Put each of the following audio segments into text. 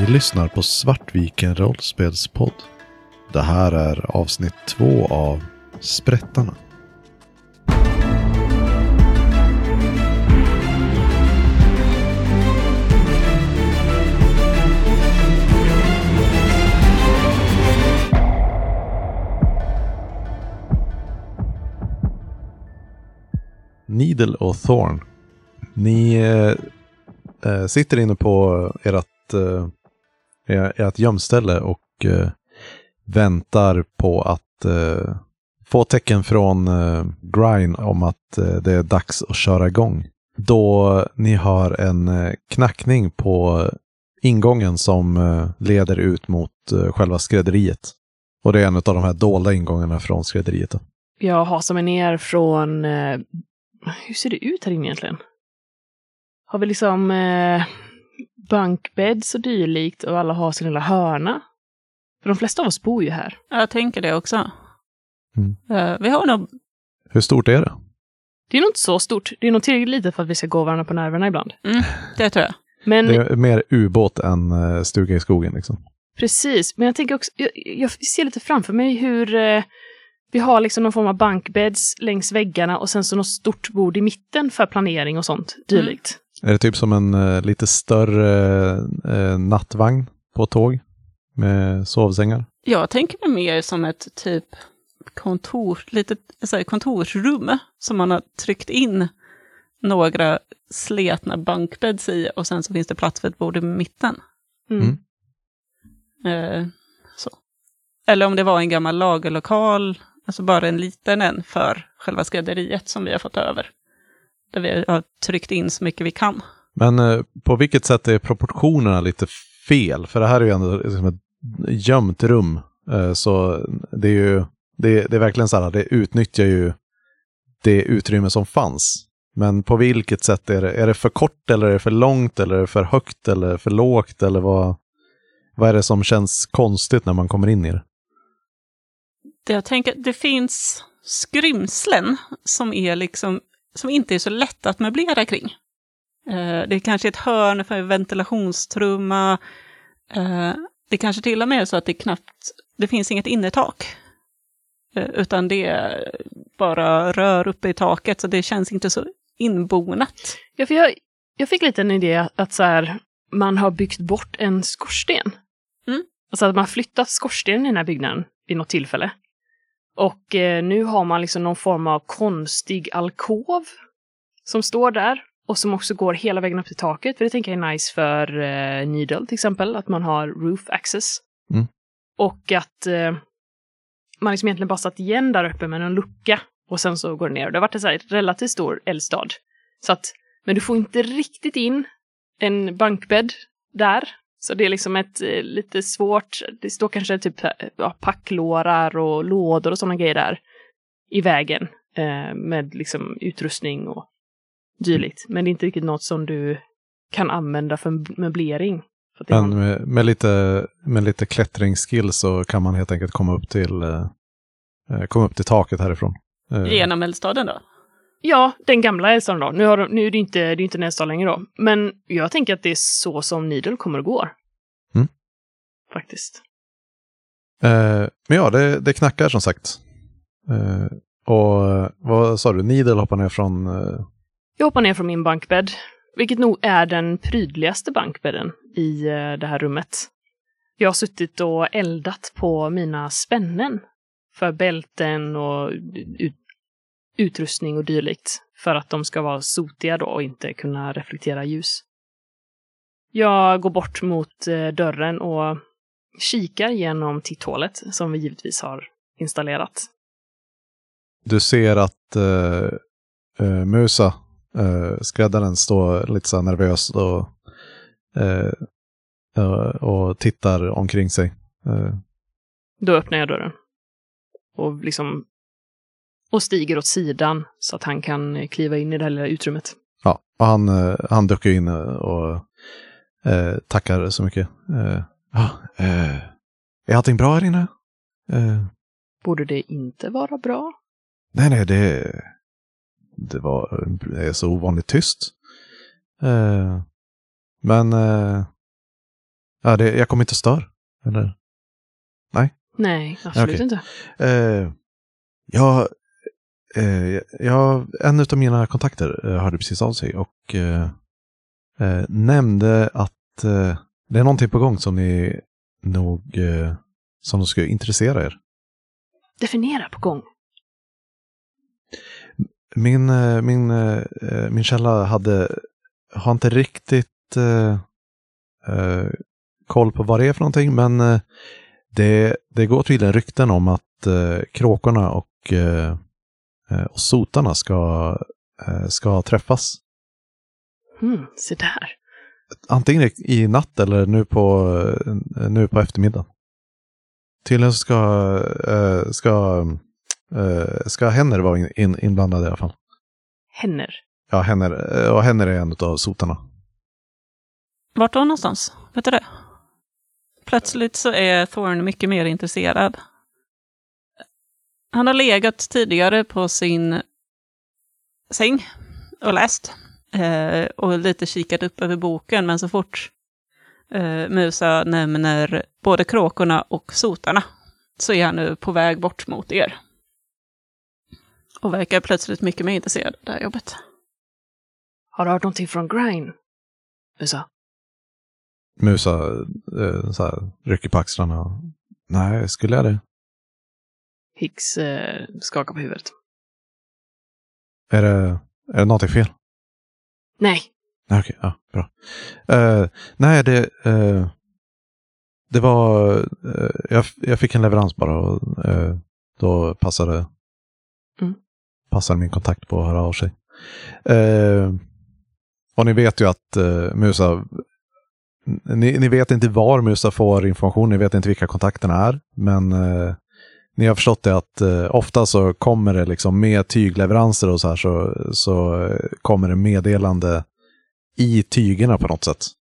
Ni lyssnar på Svartviken rollspelspodd. Det här är avsnitt 2 av Sprättarna. Needle och Thorn. Ni sitter inne på ert gömställe och väntar på att få tecken från Grind om att det är dags att köra igång. Då ni har en knackning på ingången som leder ut mot själva skrädderiet. Och det är en av de här dolda ingångarna från skrädderiet. Jag hasar mig ner från... hur ser det ut här inne egentligen? Har vi liksom bunkbeds och dylikt och alla har sin lilla hörna? För de flesta av oss bor ju här. Jag tänker det också. Vi har nog... Hur stort är det? Det är nog inte så stort. Det är nog tillräckligt litet för att vi ska gå varandra på nerverna ibland. Det tror jag. Men... Det är mer ubåt än stuga i skogen liksom. Precis, men jag tänker också... Jag ser lite framför mig hur... vi har liksom någon form av bunkbeds längs väggarna och sen så något stort bord i mitten för planering och sånt dylikt. Är det typ som en lite större nattvagn på tåg med sovsängar? Jag tänker mig mer som ett typ kontorsrum som man har tryckt in några sletna bunkbeds i och sen så finns det plats för ett bord i mitten. Så. Eller om det var en gammal lagerlokal, alltså bara en liten en för själva skrädderiet som vi har fått över. Där vi har tryckt in så mycket vi kan. Men på vilket sätt är proportionerna lite fel? För det här är ju ändå liksom ett gömt rum. Så det är ju det är verkligen så här, det utnyttjar ju det utrymme som fanns. Men på vilket sätt är det? Är det för kort eller är det för långt eller är det för högt eller för lågt? Eller vad är det som känns konstigt när man kommer in i det? Jag tänker att det finns skrymslen som är liksom, som inte är så lätt att möblera kring. Det är kanske ett hörn för ventilationstrumma. Det kanske till och med är så att det finns inget innertak. Utan det är bara rör uppe i taket, så det känns inte så inbonat. Ja, för jag fick lite en idé att så här, man har byggt bort en skorsten. Alltså att man har flyttat skorstenen i den här byggnaden vid något tillfälle. Och nu har man liksom någon form av konstig alkov som står där och som också går hela vägen upp till taket. För det tänker jag är nice för Needle till exempel, att man har roof access. Och att man liksom egentligen bara satt igen där uppe med en lucka och sen så går det ner. Det har varit en så här relativt stor eldstad. Så att, men du får inte riktigt in en bunkbed där. Så det är liksom ett lite svårt, det står kanske typ packlårar och lådor och sådana grejer där i vägen med liksom utrustning och dylikt. Men det är inte riktigt något som du kan använda för möblering. För att men med lite klättringsskill så kan man helt enkelt komma upp till taket härifrån. Genom eldstaden då? Ja, den gamla eldstaden då. Nu är det inte en eldstad längre då. Men jag tänker att det är så som Needle kommer att gå. Faktiskt. Men ja, det knackar som sagt. Och vad sa du? Needle hoppar ner från... Jag hoppar ner från min bunkbed. Vilket nog är den prydligaste bunkbedden i det här rummet. Jag har suttit och eldat på mina spännen. För bälten och utrustning och dylikt. För att de ska vara sotiga då och inte kunna reflektera ljus. Jag går bort mot dörren och kikar genom titthålet som vi givetvis har installerat. Du ser att Musa, skräddaren, står lite så nervös och tittar omkring sig. Då öppnar jag dörren. Och stiger åt sidan så att han kan kliva in i det här lilla utrymmet. Ja, och han duckar in och tackar så mycket. Är allting bra här inne? Borde det inte vara bra? Nej, det är så ovanligt tyst. Men Ja, jag kommer inte stör. Eller? Nej? Nej, absolut inte. En av mina kontakter hörde precis av sig och nämnde att det är någonting på gång som ni nog som de skulle intressera er. Definiera på gång. Min källa har inte riktigt koll på vad det är för någonting, men det går tydligen rykten om att kråkorna och sotarna ska träffas. Se där. Antingen i natt eller nu på eftermiddagen. Tydligen ska Henner vara inblandad i alla fall. Henner? Ja, Henner är en av sotarna. Vart då någonstans? Vet du det? Plötsligt så är Thorn mycket mer intresserad. Han har legat tidigare på sin säng och läst. Och lite kikat upp över boken, men så fort Musa nämner både kråkorna och sotarna så är han nu på väg bort mot er. Och verkar plötsligt mycket mer intresserad av det här jobbet. Har du hört någonting från Grine, Musa? Musa så här, rycker på axlarna. Nej, skulle jag det? Hicks skakar på huvudet. Är det någonting fel? Nej. Okej, ja, bra. Nej, det var... jag fick en leverans bara och då passade min kontakt på att höra av sig. Och ni vet ju att Musa... Ni vet inte var Musa får information, ni vet inte vilka kontakterna är, men ni har förstått det att ofta så kommer det liksom med tygleveranser och så här så kommer det meddelande i tygerna på något sätt.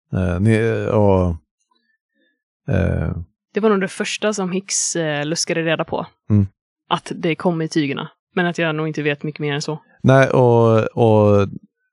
Det var nog det första som Hicks luskade reda på. Att det kom i tygerna. Men att jag nog inte vet mycket mer än så. Nej, och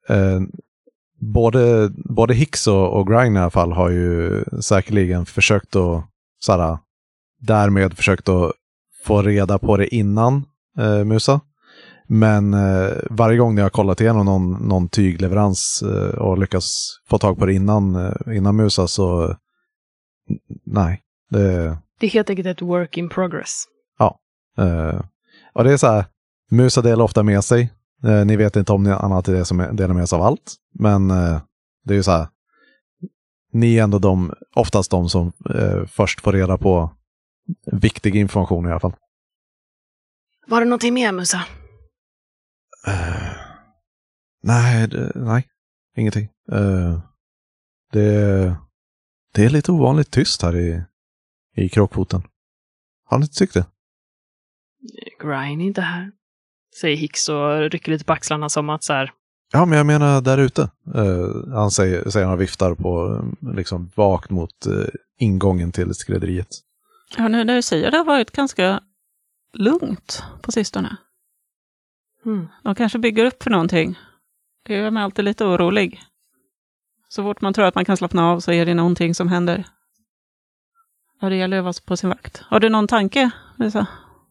både Hicks och Grine i alla fall har ju säkerligen försökt att därmed försökt att få reda på det innan Musa. Men varje gång ni har kollat igenom någon tygleverans och lyckas få tag på det innan Musa så nej. Det är helt enkelt ett work in progress. Ja. Och det är så här, Musa delar ofta med sig. Ni vet inte om ni annat är det som delar med sig av allt. Men det är ju så här, ni är ändå oftast de som först får reda på viktig information i alla fall. Var det någonting mer, Musa? Nej, ingenting. Det är lite ovanligt tyst här i kråkfoten. Har ni inte tyckt det? Grine är inte här, säger Hicks och rycker lite på axlarna som att så här. Ja, men jag menar där ute. Han säger han viftar på liksom vakt mot ingången till skrädderiet. Ja, nu när du säger det har varit ganska lugnt på sistone. De kanske bygger upp för någonting. Det gör mig alltid lite orolig. Så fort man tror att man kan slappna av så är det någonting som händer. Ja, det gäller att vara på sin vakt. Har du någon tanke, Lisa?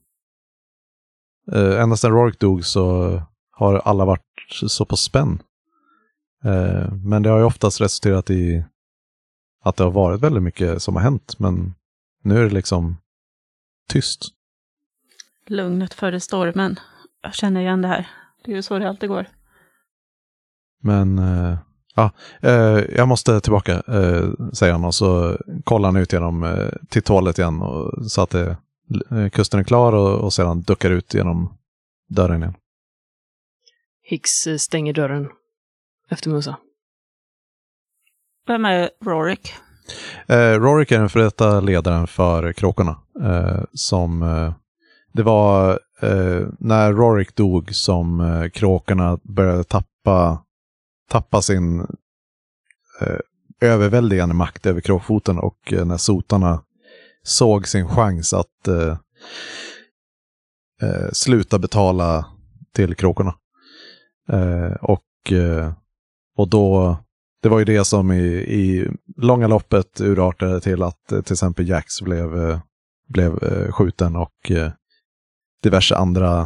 Ända sedan Rorik dog så har alla varit så på spänn. Men det har ju oftast resulterat i att det har varit väldigt mycket som har hänt. Men nu är det liksom tyst. Lugnet före stormen. Jag känner igen det här. Det är ju så det alltid går. Men jag måste tillbaka, säger han. Och så kollar han ut genom till tålet igen. Och, så att kusten är klar och sedan duckar ut genom dörren igen. Hicks stänger dörren efter Musa. Vem är Rorik? Rorik är den före detta ledaren för kråkorna. Det var när Rorik dog som kråkorna började tappa sin överväldigande makt över kråkfoten och när sotarna såg sin chans att sluta betala till kråkorna. Och då Det var ju det som i långa loppet urartade till att till exempel Jax blev skjuten och diverse andra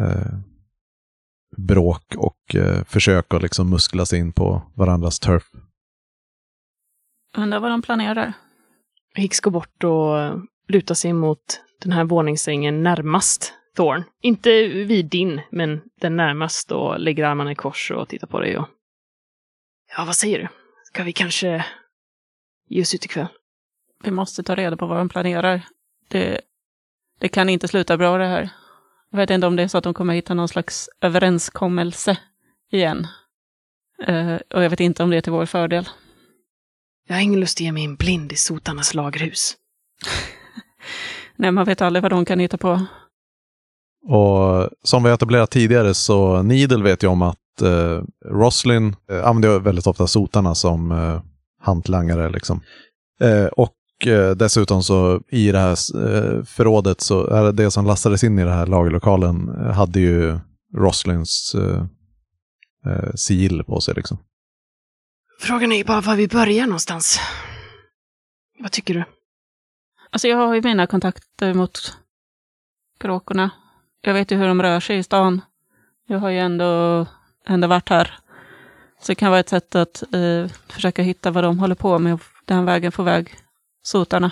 bråk och försök att liksom muskla sig in på varandras turf. Undrar vad de planerar. Hicks går bort och lutar sig mot den här våningssängen närmast Thorn. Inte vid din, men den närmast, och lägger armarna i kors och tittar på dig. Och... Ja, vad säger du? Ska vi kanske ge oss ut ikväll? Vi måste ta reda på vad de planerar. Det kan inte sluta bra det här. Jag vet inte om det är så att de kommer hitta någon slags överenskommelse igen. Och jag vet inte om det är till vår fördel. Jag har ingen lust att ge mig en blind i sotarnas lagerhus. Nej, man vet aldrig vad de kan hitta på. Och som vi har etablerat tidigare så Needle vet ju om att Roslin använder väldigt ofta sotarna som hantlangare liksom. Och dessutom så i det här förrådet så är det som lastades in i det här lagerlokalen hade ju Roslins sigill på sig liksom. Frågan är ju bara var vi börjar någonstans. Vad tycker du? Alltså jag har ju mina kontakter mot kråkorna. Jag vet ju hur de rör sig i stan. Jag har ju ändå varit här. Så det kan vara ett sätt att försöka hitta vad de håller på med och den vägen få väg sotarna.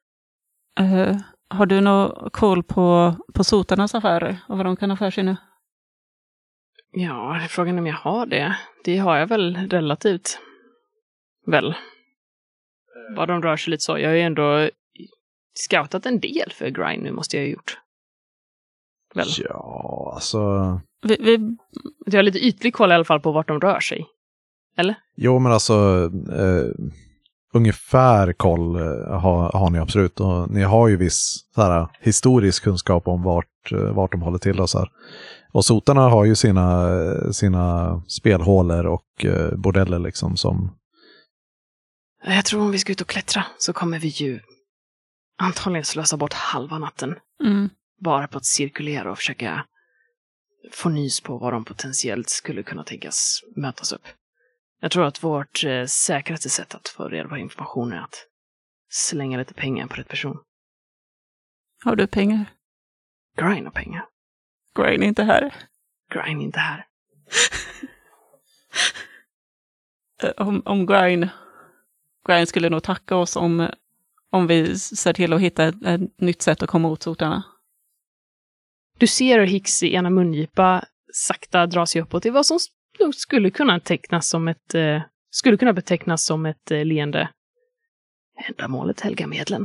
Har du någon koll på sotarnas affärer och vad de kan ha för sig nu? Ja, frågan är om jag har det. Det har jag väl relativt. Väl. Vad de rör sig lite så. Jag har ju ändå scoutat en del för Grind nu, måste jag ha gjort. Väl. Ja, alltså... Jag har lite ytlig koll i alla fall på vart de rör sig. Eller? Jo, men alltså... ungefär koll har ni absolut. Och ni har ju viss så här, historisk kunskap om vart de håller till och så här. Och sotarna har ju sina spelhålor och bordeller liksom som... Jag tror om vi ska ut och klättra så kommer vi ju antagligen slösa bort halva natten. Mm. Bara på att cirkulera och försöka få nys på vad de potentiellt skulle kunna tänkas mötas upp. Jag tror att vårt säkraste sätt att få reda på information är att slänga lite pengar på rätt person. Har du pengar? Grind har pengar. Grind är inte här. Grind är inte här. Om Grind skulle nog tacka oss om vi ser till att hitta ett nytt sätt att komma åt sotarna. Du ser hur Hicks i ena mungipa sakta drar sig uppåt till vad som skulle kunna betecknas som ett leende. Ändamålet helga medlen.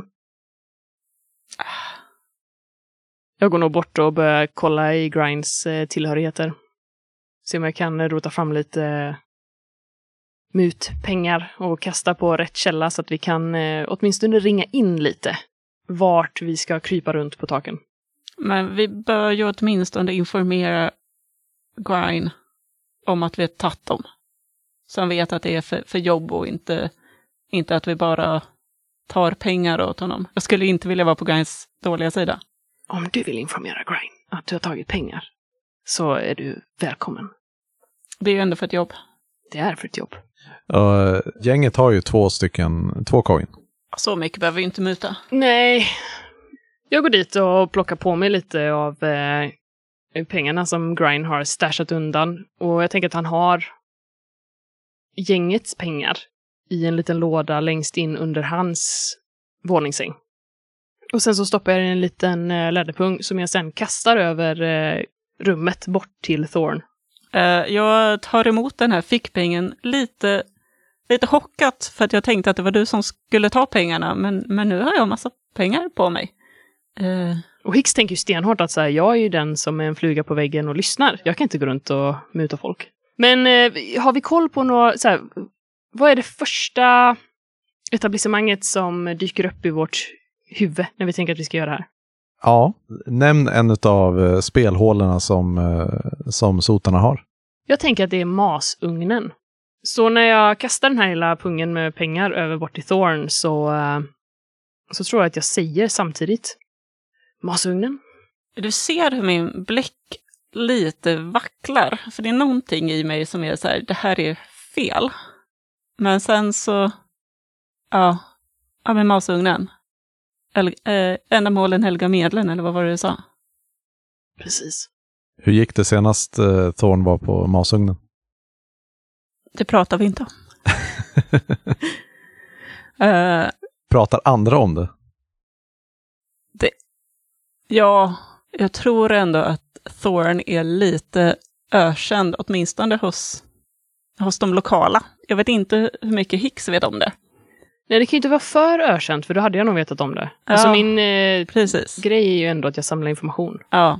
Jag går nog bort och börjar kolla i Grinds tillhörigheter. Se om jag kan rota fram lite mutpengar och kasta på rätt källa så att vi kan åtminstone ringa in lite vart vi ska krypa runt på taken. Men vi bör ju åtminstone informera Grind om att vi har tagit dem. Så han vet att det är för jobb och inte att vi bara tar pengar åt honom. Jag skulle inte vilja vara på Grinds dåliga sida. Om du vill informera Grind att du har tagit pengar så är du välkommen. Det är ju ändå för ett jobb. Det är för ett jobb. Gänget har ju två coin. Så mycket behöver vi inte muta. Nej. Jag går dit och plockar på mig lite av pengarna som Grind har stashat undan. Och jag tänker att han har gängets pengar i en liten låda längst in under hans våningssäng. Och sen så stoppar jag en liten läderpung som jag sen kastar över rummet bort till Thorn. Jag tar emot den här fickpengen lite chockat för att jag tänkte att det var du som skulle ta pengarna. Men nu har jag massa pengar på mig. Och Hicks tänker ju stenhårt att så här, jag är ju den som är en fluga på väggen och lyssnar. Jag kan inte gå runt och muta folk. Men har vi koll på så här, vad är det första etablissemanget som dyker upp i vårt huvud när vi tänker att vi ska göra det här? Ja, nämn en av spelhålorna som sotarna har. Jag tänker att det är masugnen. Så när jag kastar den här lilla pungen med pengar över bort till Thorn så tror jag att jag säger samtidigt masugnen. Du ser hur min blick lite vacklar. För det är någonting i mig som är så här, det här är fel. Men sen så, ja med masugnen. Ändamålen helga medlen, eller vad var det du sa? Precis. Hur gick det senast Thorn var på masugnen? Det pratar vi inte om. Pratar andra om det? Ja, jag tror ändå att Thorn är lite ökänd, åtminstone hos de lokala. Jag vet inte hur mycket Hicks vet om det. Nej, det kan ju inte vara för ökänt, för då hade jag nog vetat om det. Ja, alltså min grej är ju ändå att jag samlar information. Ja.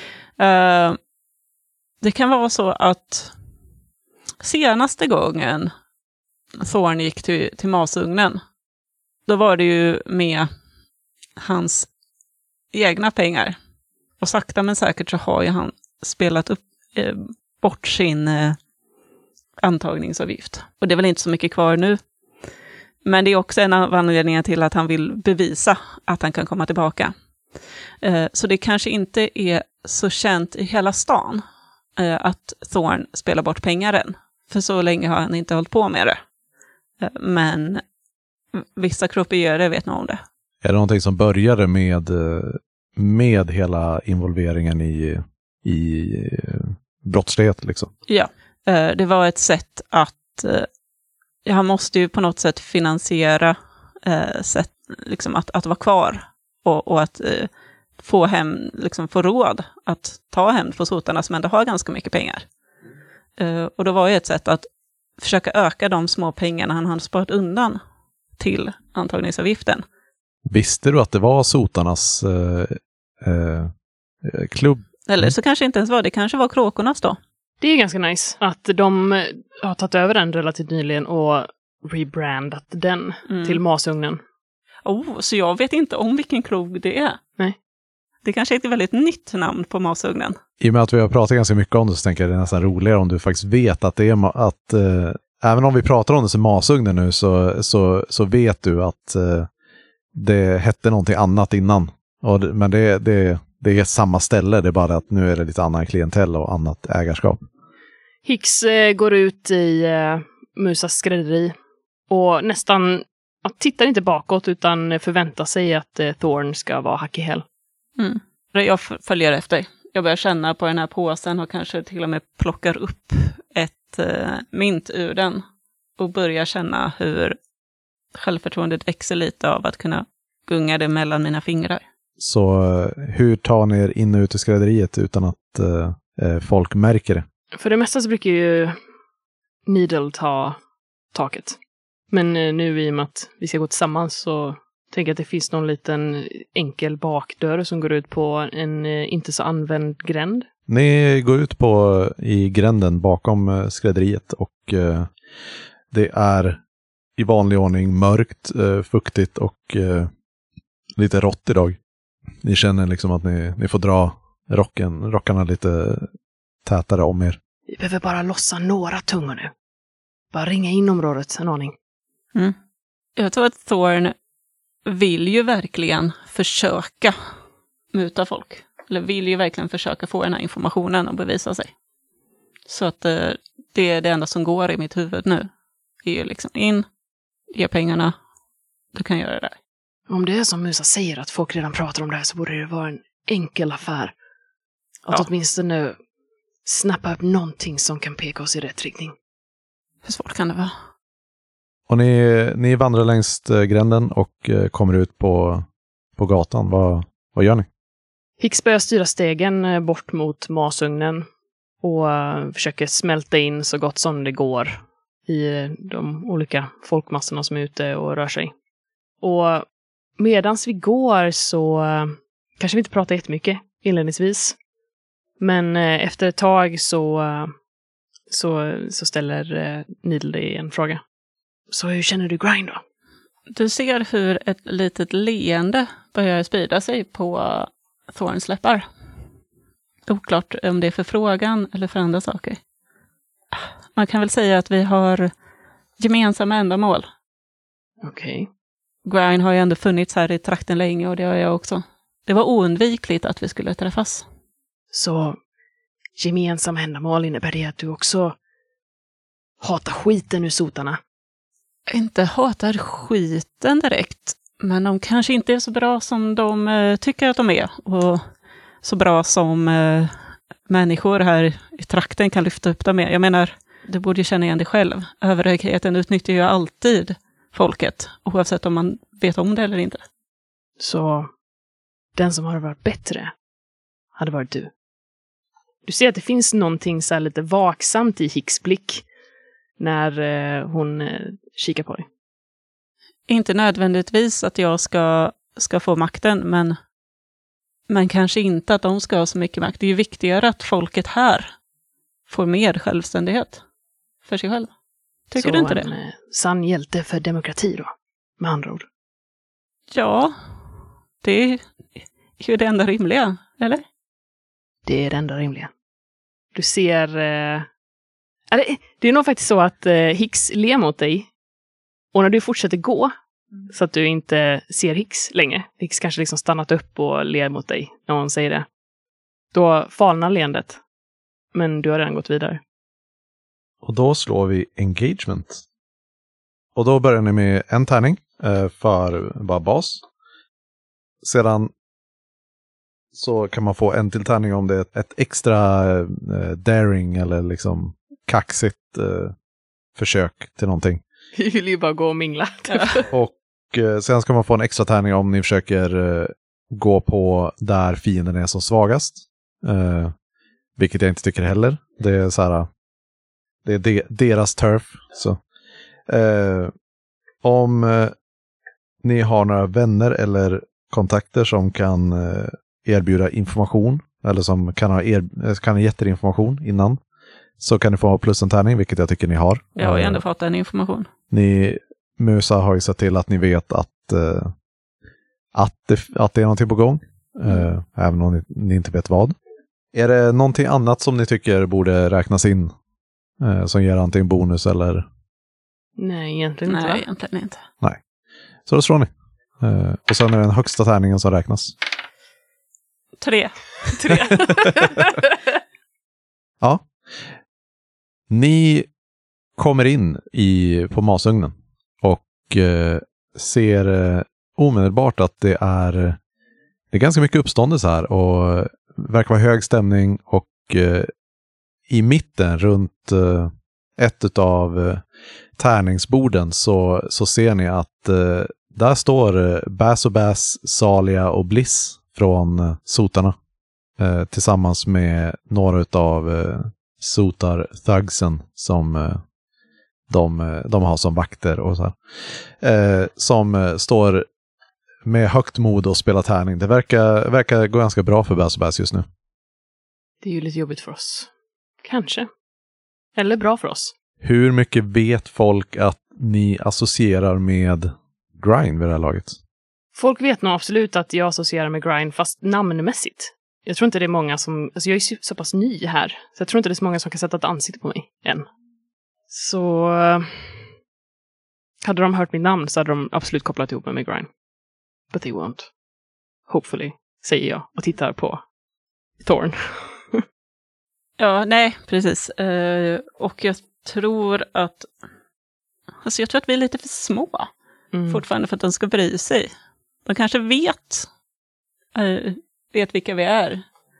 Det kan vara så att senaste gången Thorn gick till masugnen, då var det ju med hans egna pengar. Och sakta men säkert så har ju han spelat bort sin antagningsavgift. Och det är väl inte så mycket kvar nu. Men det är också en av anledningarna till att han vill bevisa att han kan komma tillbaka. Så det kanske inte är så känt i hela stan att Thorn spelar bort pengar än. För så länge har han inte hållit på med det. Men vissa croupiörer vet nog om det. Är det någonting som började med hela involveringen i brottslighet liksom? Ja, det var ett sätt att han måste ju på något sätt finansiera liksom att vara kvar och att få råd att ta hem på sotarna som ändå har ganska mycket pengar. Och då var ju ett sätt att försöka öka de små pengarna han hade sparat undan till antagningsavgiften. Visste du att det var sotarnas klubb? Eller så kanske inte ens var det, kanske var kråkornas då. Det är ganska nice att de har tagit över den relativt nyligen och rebrandat den till masugnen. Så jag vet inte om vilken krog det är. Nej. Det kanske är ett väldigt nytt namn på masugnen. I och med att vi har pratat ganska mycket om det så tänker jag det är nästan roligare om du faktiskt vet att det är att även om vi pratar om det som masugnen nu så vet du att det hette någonting annat innan. Men det är samma ställe, det är bara att nu är det lite annan klientell och annat ägarskap. Hicks går ut i Musas skrädderi och nästan tittar inte bakåt utan förväntar sig att Thorn ska vara hack i häl. Jag följer efter. Jag börjar känna på den här påsen och kanske till och med plockar upp ett mynt ur den och börjar känna hur självförtroendet växer lite av att kunna gunga det mellan mina fingrar. Så hur tar ni er in och ut i skrädderiet utan att folk märker det? För det mesta så brukar ju Needle ta taket. Men nu i och med att vi ska gå tillsammans så tänker jag att det finns någon liten enkel bakdörr som går ut på en inte så använd gränd. Ni går ut i gränden bakom skrädderiet och det är i vanlig ordning mörkt, fuktigt och lite rått idag. Ni känner liksom att ni får dra rockarna lite tätare om er. Vi behöver bara lossa några tungor nu. Bara ringa in området en aning. Jag tror att Thorn vill ju verkligen försöka muta folk. Eller vill ju verkligen försöka få den här informationen och bevisa sig. Så att det är det enda som går i mitt huvud nu. Det är ju liksom ge pengarna, du kan göra det där. Om det är som Musa säger att folk redan pratar om det här så borde det vara en enkel affär. Att åtminstone snappa upp någonting som kan peka oss i rätt riktning. Hur svårt kan det vara? Och ni vandrar längs gränden och kommer ut på gatan. Vad gör ni? Hicks börjar styra stegen bort mot masugnen och försöker smälta in så gott som det går i de olika folkmassorna som är ute och rör sig. Och medans vi går så kanske vi inte pratar jättemycket inledningsvis. Men efter ett tag så ställer Needle dig en fråga. Så hur känner du Grind då? Du ser hur ett litet leende börjar sprida sig på Thorns läppar. Oklart om det är för frågan eller för andra saker. Man kan väl säga att vi har gemensamma ändamål. Okej. Grind har ju ändå funnits här i trakten länge och det har jag också. Det var oundvikligt att vi skulle träffas. Så gemensamma ändamål innebär det att du också hatar skiten ur sotarna? inte hatar skiten direkt, men de kanske inte är så bra som de tycker att de är. Och så bra som människor här i trakten kan lyfta upp dem med. Jag menar, du borde ju känna igen dig själv. Överhögheten utnyttjar ju alltid folket, oavsett om man vet om det eller inte. Så den som har varit bättre hade varit du. Du ser att det finns någonting så här lite vaksamt i Hicks blick när hon kikar på dig. Inte nödvändigtvis att jag ska få makten, men kanske inte att de ska ha så mycket makt. Det är ju viktigare att folket här får mer självständighet för sig själv. Tycker du inte det? Så en sann hjälte för demokrati då, med andra ord. Ja, det är ju det enda rimliga, eller? Det är det enda rimliga. Du ser... det är nog faktiskt så att Hicks ler mot dig. Och när du fortsätter gå, så att du inte ser Hicks längre. Hicks kanske liksom stannat upp och ler mot dig när hon säger det. Då falnar leendet. Men du har redan gått vidare. Och då slår vi engagement. Och då börjar ni med en tärning för bara bas. Sedan så kan man få en till tärning om det är ett extra daring eller liksom kaxigt försök till någonting. Vi vill ju bara gå och mingla. Och sen ska man få en extra tärning om ni försöker gå på där fienden är som svagast. Vilket jag inte tycker heller. Det är så här, det är deras turf. Så. Om ni har några vänner eller kontakter som kan erbjuda information eller som kan ha gett er information innan, så kan ni få plus en tärning, vilket jag tycker ni har. Jag har ändå fått den information. Ni Musa har ju sett till att ni vet att det är någonting på gång. Även om ni inte vet vad. Är det någonting annat som ni tycker borde räknas in? Som ger antingen bonus eller... Nej, egentligen inte. Nej, egentligen inte. Nej. Så då slår ni. Och sen är det den högsta tärningen som räknas. 3. Ja. Ni kommer in på masugnen och ser omedelbart att det är ganska mycket uppståndelse här och verkar vara hög stämning, och i mitten runt ett av tärningsborden så ser ni att där står Bass och Bass, Salia och Bliss från sotarna tillsammans med några av sotar-thugsen som de har som vakter och så här. Som står med högt mod och spelar tärning. Det verkar gå ganska bra för Bass och Bass just nu. Det är ju lite jobbigt för oss. Kanske. Eller bra för oss. Hur mycket vet folk att ni associerar med Grind vid det här laget? Folk vet nog absolut att jag associerar med Grind, fast namnmässigt. Jag tror inte det är många som... Alltså jag är så pass ny här, så jag tror inte det är så många som kan sätta ett ansikte på mig än. Så... Hade de hört mitt namn så hade de absolut kopplat ihop mig med Grind. But they won't. Hopefully, säger jag och tittar på Thorn. Ja, nej, precis. Och jag tror att... Alltså jag tror att vi är lite för små fortfarande för att de ska bry sig. De kanske vet vilka vi är.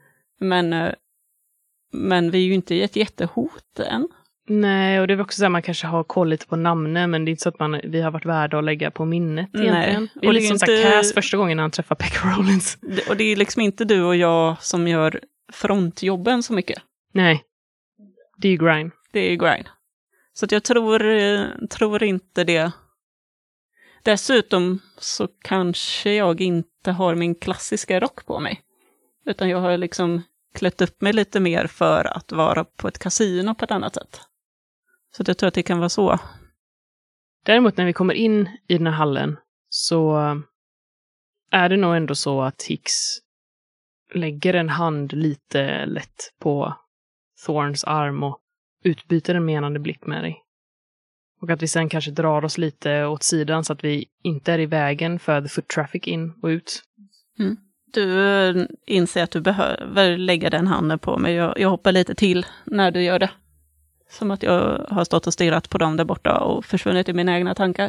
Men vi är ju inte ett jättehot än. Nej, och det är också så att man kanske har koll lite på namnen, men det är inte så att vi har varit värda att lägga på minnet egentligen. Nej. Det är lite som inte... Cass första gången när han träffar Pekka Rollins. Och det är liksom inte du och jag som gör frontjobben så mycket. Nej, det är ju Grind. Det är ju Grind. Så att jag tror inte det. Dessutom så kanske jag inte har min klassiska rock på mig. Utan jag har liksom klätt upp mig lite mer för att vara på ett kasino på ett annat sätt. Så att jag tror att det kan vara så. Däremot när vi kommer in i den här hallen så är det nog ändå så att Hicks lägger en hand lite lätt på Thorns arm och utbyter en menande blick med dig. Och att vi sen kanske drar oss lite åt sidan så att vi inte är i vägen för the foot traffic in och ut. Mm. Du inser att du behöver lägga den handen på mig. Jag hoppar lite till när du gör det. Som att jag har stått och stirrat på dem där borta och försvunnit i mina egna tankar.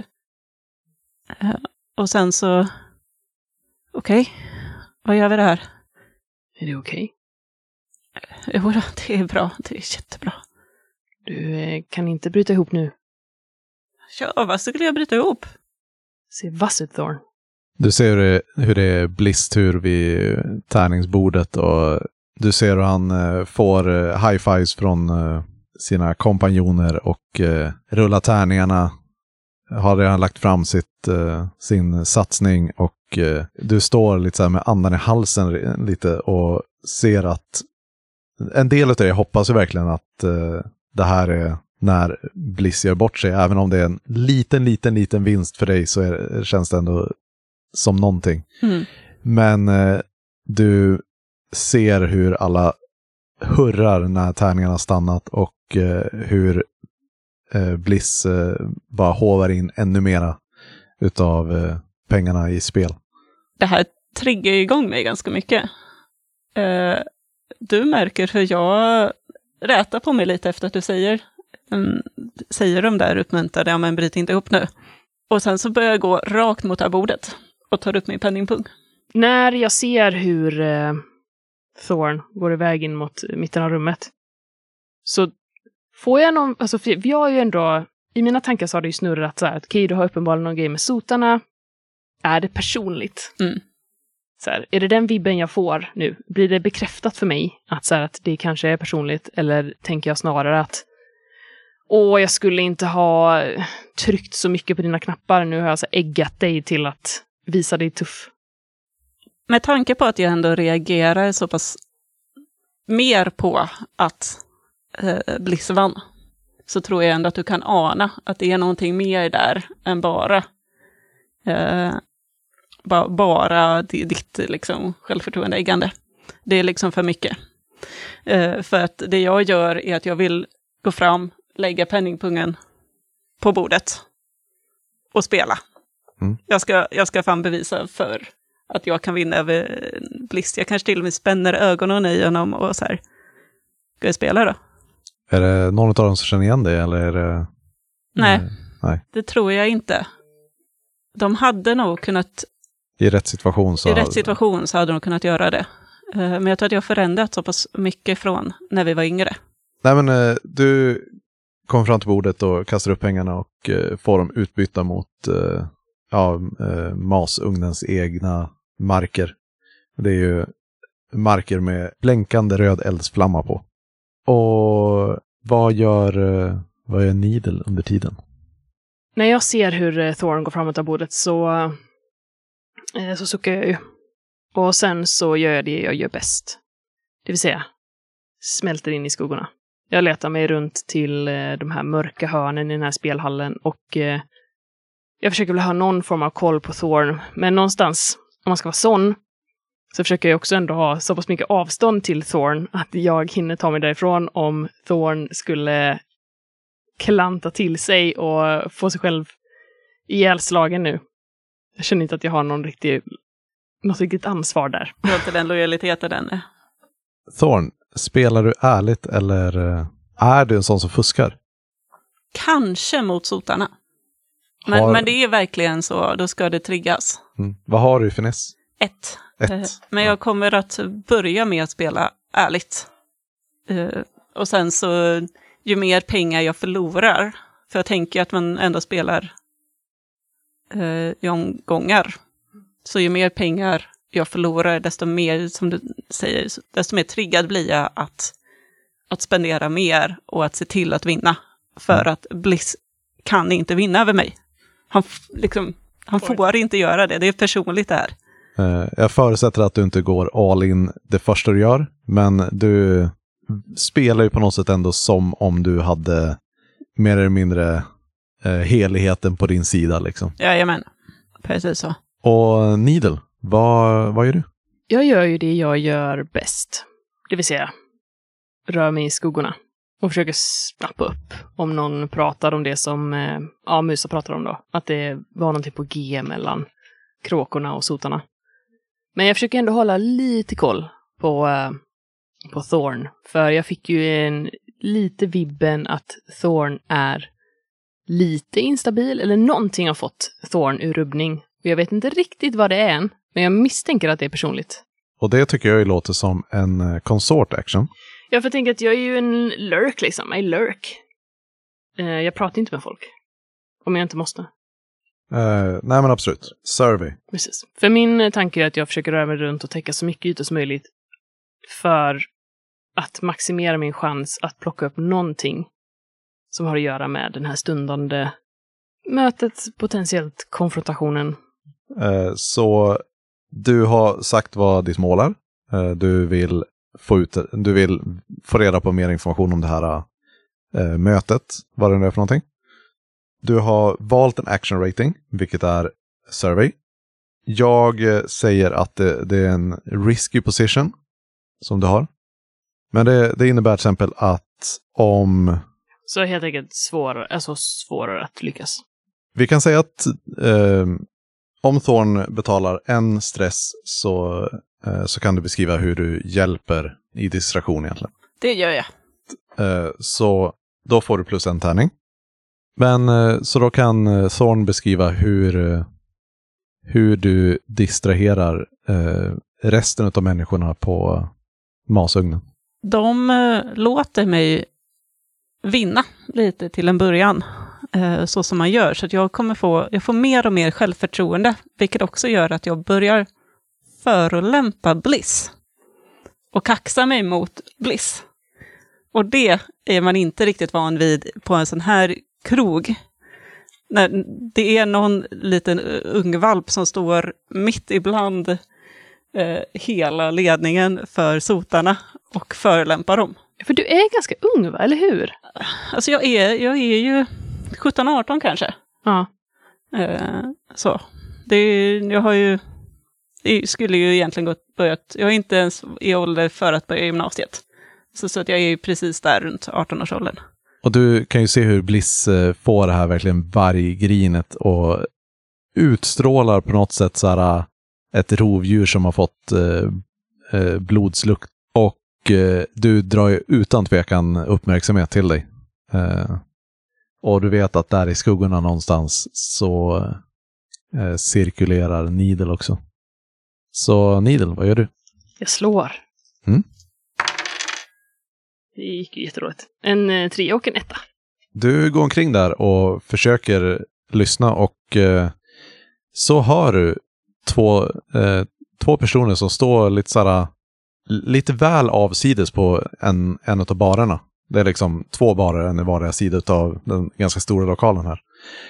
Och sen så... Okej, vad gör vi det här? Är det okej? Jo, det är bra. Det är jättebra. Du kan inte bryta ihop nu. Ja, vad skulle jag bryta ihop? Se vass ut, Thorn. Du ser hur det är blisttur vid tärningsbordet och du ser hur han får high-fives från sina kompanjoner och rullar tärningarna. Har redan lagt fram sin satsning och du står lite så här med andan i halsen lite och ser att en del av det hoppas ju verkligen att det här är när Bliss gör bort sig. Även om det är en liten vinst för dig så känns det ändå som någonting. Mm. Men du ser hur alla hurrar när tärningarna har stannat och hur Bliss bara hovar in ännu mera utav pengarna i spel. Det här triggar igång mig ganska mycket. Du märker hur jag rätar på mig lite efter att du säger de där uppmuntrade, ja men bryt inte upp nu. Och sen så börjar jag gå rakt mot det här bordet och tar upp min penningpung. När jag ser hur Thorn går iväg in mot mitten av rummet så får jag någon, alltså vi har ju ändå, i mina tankar så har det ju snurrat så här att okej, du har uppenbarligen någon grej med sotarna. Är det personligt? Mm. Så här, är det den vibben jag får nu? Blir det bekräftat för mig att, så här, att det kanske är personligt? Eller tänker jag snarare att jag skulle inte ha tryckt så mycket på dina knappar. Nu har jag alltså äggat dig till att visa dig tuff. Med tanke på att jag ändå reagerar så pass mer på att Bliss vann, så tror jag ändå att du kan ana att det är någonting mer där än bara ditt liksom självförtroendeäggande. Det är liksom för mycket. För att det jag gör är att jag vill gå fram, lägga penningpungen på bordet och spela. Mm. Jag ska fan bevisa för att jag kan vinna över Bliss. Jag kanske till och med spänner ögonen i honom och så här. Ska jag spela då? Är det någon av dem som känner igen det eller är det... Nej, Nej, det tror jag inte. De hade nog kunnat... I rätt situation så hade de kunnat göra det. Men jag tror att jag har förändrat så pass mycket från när vi var yngre. Nej, men du kom fram till bordet och kastar upp pengarna och får dem utbytta mot masugnens egna marker. Det är ju marker med blänkande röd eldsflamma på. Och vad gör Needle under tiden? När jag ser hur Thorn går framåt av bordet så suckar jag ju. Och sen så gör jag det jag gör bäst. Det vill säga, smälter in i skuggorna. Jag letar mig runt till de här mörka hörnen i den här spelhallen och jag försöker väl ha någon form av koll på Thorn. Men någonstans, om man ska vara sån, så försöker jag också ändå ha så pass mycket avstånd till Thorn att jag hinner ta mig därifrån om Thorn skulle klanta till sig och få sig själv ihjälslagen nu. Jag känner inte att jag har något riktigt ansvar där. Jag har inte den lojaliteten än. Thorn, spelar du ärligt eller är du en sån som fuskar? Kanske mot sotarna. Men det är verkligen så, då ska det triggas. Mm. Vad har du i finess? 1. Men jag kommer att börja med att spela ärligt. Och sen så, ju mer pengar jag förlorar, för jag tänker att man ändå spelar i omgångar. Så ju mer pengar jag förlorar, desto mer, som du säger, desto mer triggad blir jag att spendera mer och att se till att vinna. För att Bliss kan inte vinna över mig. Han får inte göra det. Det är personligt det här. Jag förutsätter att du inte går all in det första du gör, men du spelar ju på något sätt ändå som om du hade mer eller mindre heligheten på din sida liksom. Jajamän, precis så. Och Needle, vad gör du? Jag gör ju det jag gör bäst. Det vill säga, rör mig i skuggorna. Och försöker snappa upp om någon pratar om det som Musa pratar om då. Att det var någonting på G mellan kråkorna och sotarna. Men jag försöker ändå hålla lite koll på Thorn. För jag fick ju en lite vibben att Thorn är lite instabil, eller någonting har fått Thorn ur rubbning. Och jag vet inte riktigt vad det är än, men jag misstänker att det är personligt. Och det tycker jag låter som en consort action. Ja, för jag tänker att jag är ju en lurk liksom. I lurk. Jag pratar inte med folk. Om jag inte måste. Nej, men absolut. Survey. Precis. För min tanke är att jag försöker röra mig runt och täcka så mycket ytor som möjligt för att maximera min chans att plocka upp någonting som har att göra med den här stundande mötet, potentiellt konfrontationen. Så du har sagt vad ditt mål är. Du vill få reda på mer information om det här mötet. Vad det nu är för någonting. Du har valt en action rating, vilket är survey. Jag säger att det är en risky position som du har. Men det innebär till exempel att om... Så helt enkelt svårare att lyckas. Vi kan säga att om Thorn betalar en stress så kan du beskriva hur du hjälper i distraktion egentligen. Det gör jag. Så då får du plus en tärning. Men så då kan Thorn beskriva hur du distraherar resten av människorna på masugnen. De låter mig vinna lite till en början, så som man gör. Så att jag får mer och mer självförtroende, vilket också gör att jag börjar förolämpa Bliss och kaxa mig mot Bliss. Och det är man inte riktigt van vid på en sån här krog. När det är någon liten ungvalp som står mitt ibland hela ledningen för sotarna och förolämpar dem. För du är ganska ung, va? Eller hur? Alltså jag är ju 17-18 kanske. Ja. Så. Jag skulle ju egentligen börjat... Jag är inte ens i ålder för att börja gymnasiet. Så att jag är ju precis där runt 18-årsåldern. Och du kan ju se hur Bliss får det här verkligen varggrinet och utstrålar på något sätt så här ett rovdjur som har fått blodslukt. Och du drar ju utan tvekan uppmärksamhet till dig. Och du vet att där i skuggorna någonstans så cirkulerar Needle också. Så Needle, vad gör du? Jag slår. Mm. Det gick ju jättedåligt. En 3 och en 1. Du går omkring där och försöker lyssna och så hör du två personer som står lite väl avsides på en av barerna. Det är liksom 2 barer, en i vardera sida av den ganska stora lokalen här.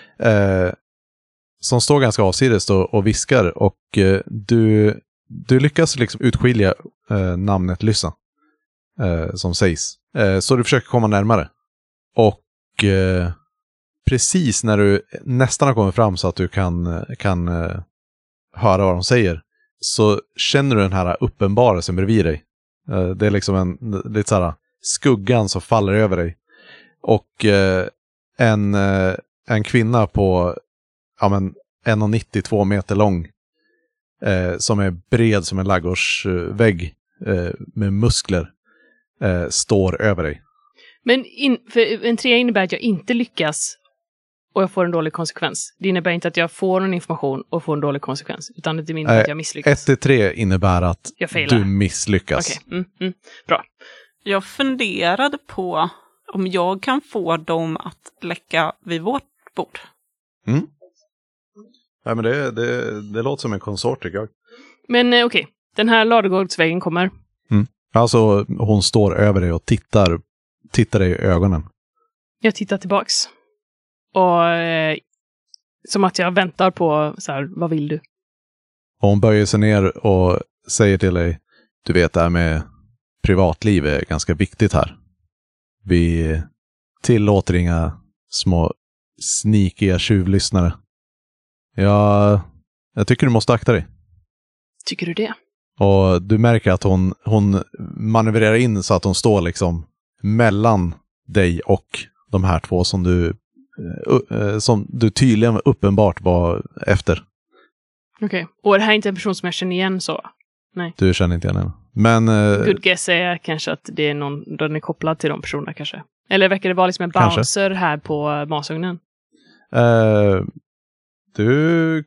Som står ganska avsides och viskar och du lyckas liksom utskilja namnet Lyssa som sägs. Så du försöker komma närmare. Och precis när du nästan har kommit fram så att du kan höra vad de säger, så känner du den här uppenbarelsen bredvid dig. Det är liksom lite så här skuggan som faller över dig. Och en kvinna på 1,92 meter lång som är bred som en ladugårdsvägg med muskler står över dig. Men för en 3 innebär att jag inte lyckas och jag får en dålig konsekvens. Det innebär inte att jag får någon information och får en dålig konsekvens, utan det innebär att jag misslyckas. 1-3 innebär att du misslyckas. Okej. Bra. Jag funderade på om jag kan få dem att läcka vid vårt bord. Mm. Nej, men det låter som en konsort, tycker jag. Men okej. Den här ladugårdsväggen kommer. Mm. Alltså hon står över dig och tittar dig i ögonen. Jag tittar tillbaks. Och som att jag väntar på så här, vad vill du? Och hon böjer sig ner och säger till dig, du vet, det här med privatliv är ganska viktigt här. Vi tillåter inga små sneakiga tjuvlyssnare. Jag tycker du måste akta dig. Tycker du det? Och du märker att hon manövrerar in så att hon står liksom mellan dig och de här två som du tydligen uppenbart var efter. Okej. Och det här är inte en person som jag känner igen så? Nej. Du känner inte igen henne? Men... good guess är kanske att det är någon, den är kopplad till de personerna kanske. Eller verkar det vara liksom en bouncer här på masugnen? Du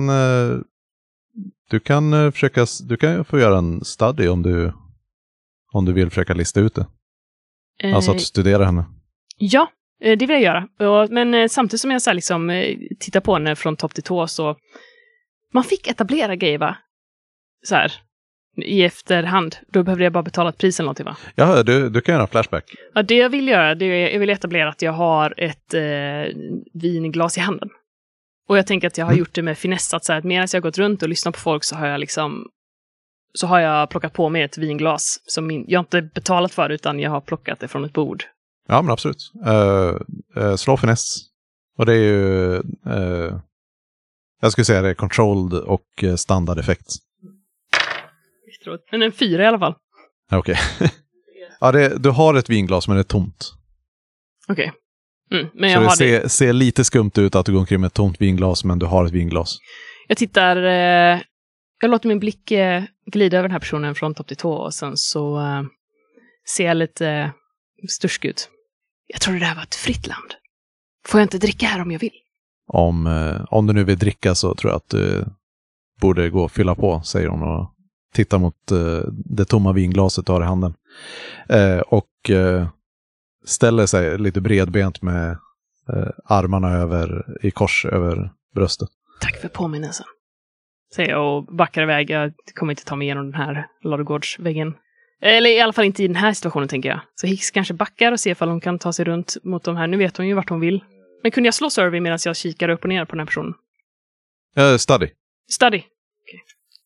kan försöka, du kan få göra en study om du vill försöka lista ut det. Alltså att studera henne. Ja, det vill jag göra. Men samtidigt som jag så här liksom tittar på henne från topp till tå, så man fick etablera grejer, va? Så här i efterhand. Då behövde jag bara betala ett pris eller någonting, va? Ja, du kan göra en flashback. Ja, det jag vill göra, det är jag vill etablera att jag har ett vinglas i handen. Och jag tänker att jag har gjort det med finess, att så här, att medan jag har gått runt och lyssnat på folk så har jag plockat på mig ett vinglas som jag inte betalat för, utan jag har plockat det från ett bord. Ja, men absolut. Slå finess. Och det är ju jag skulle säga det är controlled och standard effekt. Men en 4 i alla fall. Okej. Ja, du har ett vinglas men det är tomt. Okej. Men så det ser lite skumt ut att du går omkring med ett tomt vinglas, men du har ett vinglas. Jag tittar, jag låter min blick glida över den här personen från topp till tå, och sen så ser jag lite stursk ut. Jag tror det där var ett fritt land. Får jag inte dricka här om jag vill? Om du nu vill dricka så tror jag att du borde gå och fylla på, säger hon och tittar mot det tomma vinglaset du har i handen. Och ställer sig lite bredbent med armarna i kors över bröstet. Tack för påminnelsen, säger jag och backar iväg. Jag kommer inte ta mig igenom den här ladugårdsväggen. Eller i alla fall inte i den här situationen, tänker jag. Så Hicks kanske backar och ser ifall hon kan ta sig runt mot de här. Nu vet hon ju vart hon vill. Men kunde jag slå survey medan jag kikar upp och ner på den här personen? Study. Study. Okay.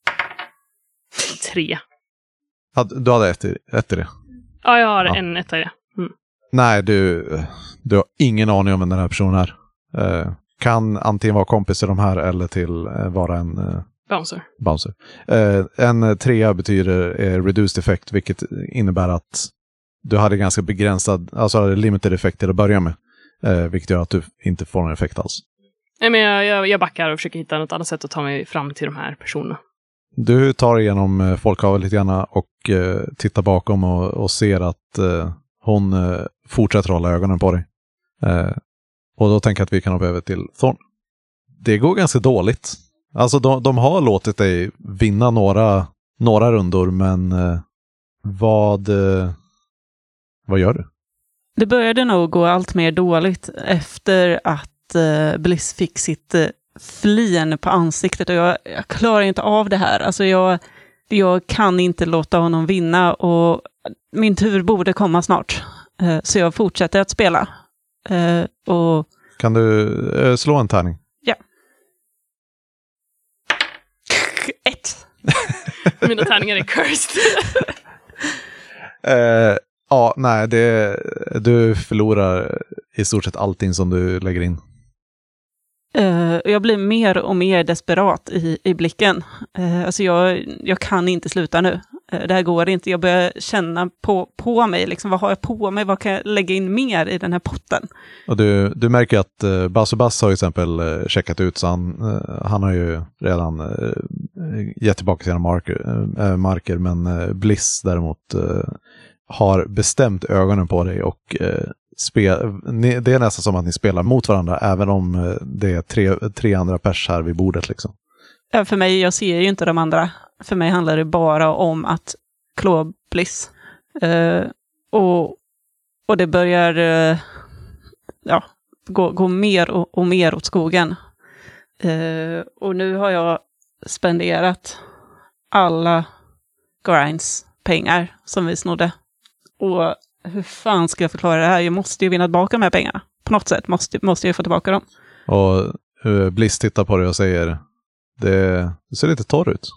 3. Du hade ett i det? Ja, jag har en etta i det. Nej, du har ingen aning om vem den här personen är. Kan antingen vara kompis till de här eller till vara en bouncer. En 3 betyder reduced effect, vilket innebär att du hade ganska begränsad, alltså hade limited effekt till att börja med. Vilket gör att du inte får någon effekt alls. Nej, men jag backar och försöker hitta något annat sätt att ta mig fram till de här personerna. Du tar igenom folkhavet lite grann och tittar bakom och ser att hon fortsätter hålla ögonen på dig. Och då tänker jag att vi kan hoppa över till Thorn. Det går ganska dåligt. Alltså de har låtit dig vinna några rundor, men vad gör du? Det började nog gå allt mer dåligt efter att Bliss fick sitt flin på ansiktet, och jag klarar inte av det här. Alltså jag kan inte låta honom vinna, och min tur borde komma snart. Så jag fortsätter att spela. Och... Kan du slå en tärning? Ja. 1. Mina tärningar är cursed. Ja, nej, du förlorar i stort sett allting som du lägger in. Jag blir mer och mer desperat i blicken. Alltså jag kan inte sluta nu. Det här går inte. Jag börjar känna på mig. Liksom, vad har jag på mig? Vad kan jag lägga in mer i den här potten? Och du märker att Bass har till exempel checkat ut, så han har ju redan gett tillbaka sina marker, men Bliss däremot har bestämt ögonen på dig och det är nästan som att ni spelar mot varandra, även om det är tre andra pers här vid bordet liksom. Ja, för mig, jag ser ju inte de andra. För mig handlar det bara om att klå Bliss. Och det börjar gå mer och mer åt skogen. Och nu har jag spenderat alla Grinds pengar som vi snodde. Och hur fan ska jag förklara det här? Jag måste ju vinna tillbaka de här pengarna. På något sätt måste jag få tillbaka dem. Och Bliss tittar på dig och säger, det ser lite torr ut.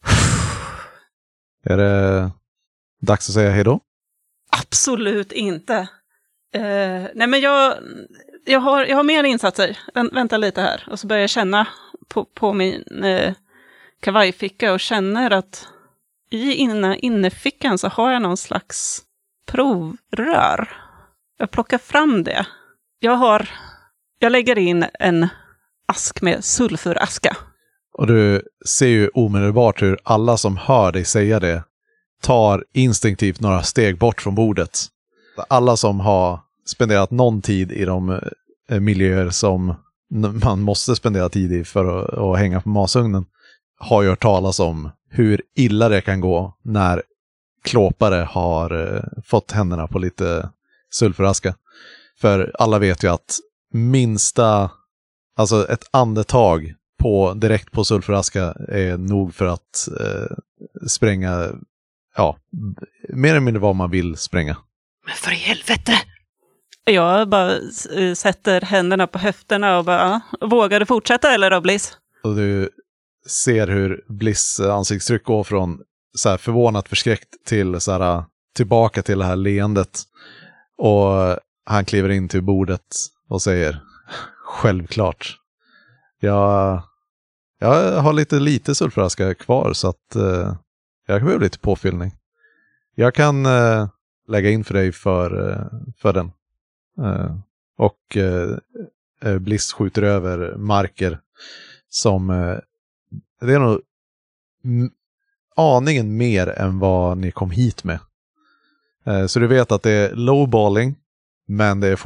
Är det dags att säga hej då? Absolut inte. Nej, men jag har mer insatser. Vänta lite här. Och så börjar jag känna på min kavajficka och känner att i innefickan så har jag någon slags provrör. Jag plockar fram det. Jag lägger in en ask med sulfuraska. Och du ser ju omedelbart hur alla som hör dig säga det tar instinktivt några steg bort från bordet. Alla som har spenderat någon tid i de miljöer som man måste spendera tid i för att hänga på masugnen har ju hört talas om hur illa det kan gå när klåpare har fått händerna på lite sulfuraska. För alla vet ju att alltså ett andetag direkt på sulfuraska är nog för att spränga, mer eller mindre vad man vill spränga. Men för i helvete! Jag bara sätter händerna på höfterna och bara, vågar du fortsätta eller då, Bliss? Och du ser hur Bliss ansiktstryck går från så här förvånat förskräckt till så här, tillbaka till det här leendet. Och han kliver in till bordet och säger, självklart. Jag har lite sulfuraska kvar så att jag behöver lite påfyllning. Jag kan lägga in för dig för den. Och Bliss skjuter över marker som det är nog aningen mer än vad ni kom hit med. Så du vet att det är lowballing, men det är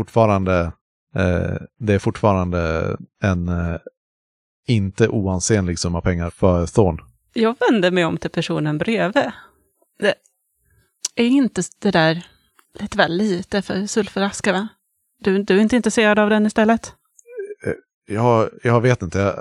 fortfarande en inte oansenlig summa pengar för Thorn. Jag vänder mig om till personen bredvid. Det är inte det där lite väl lite för sulfuraska, va? Du är inte intresserad av den istället? Jag vet inte.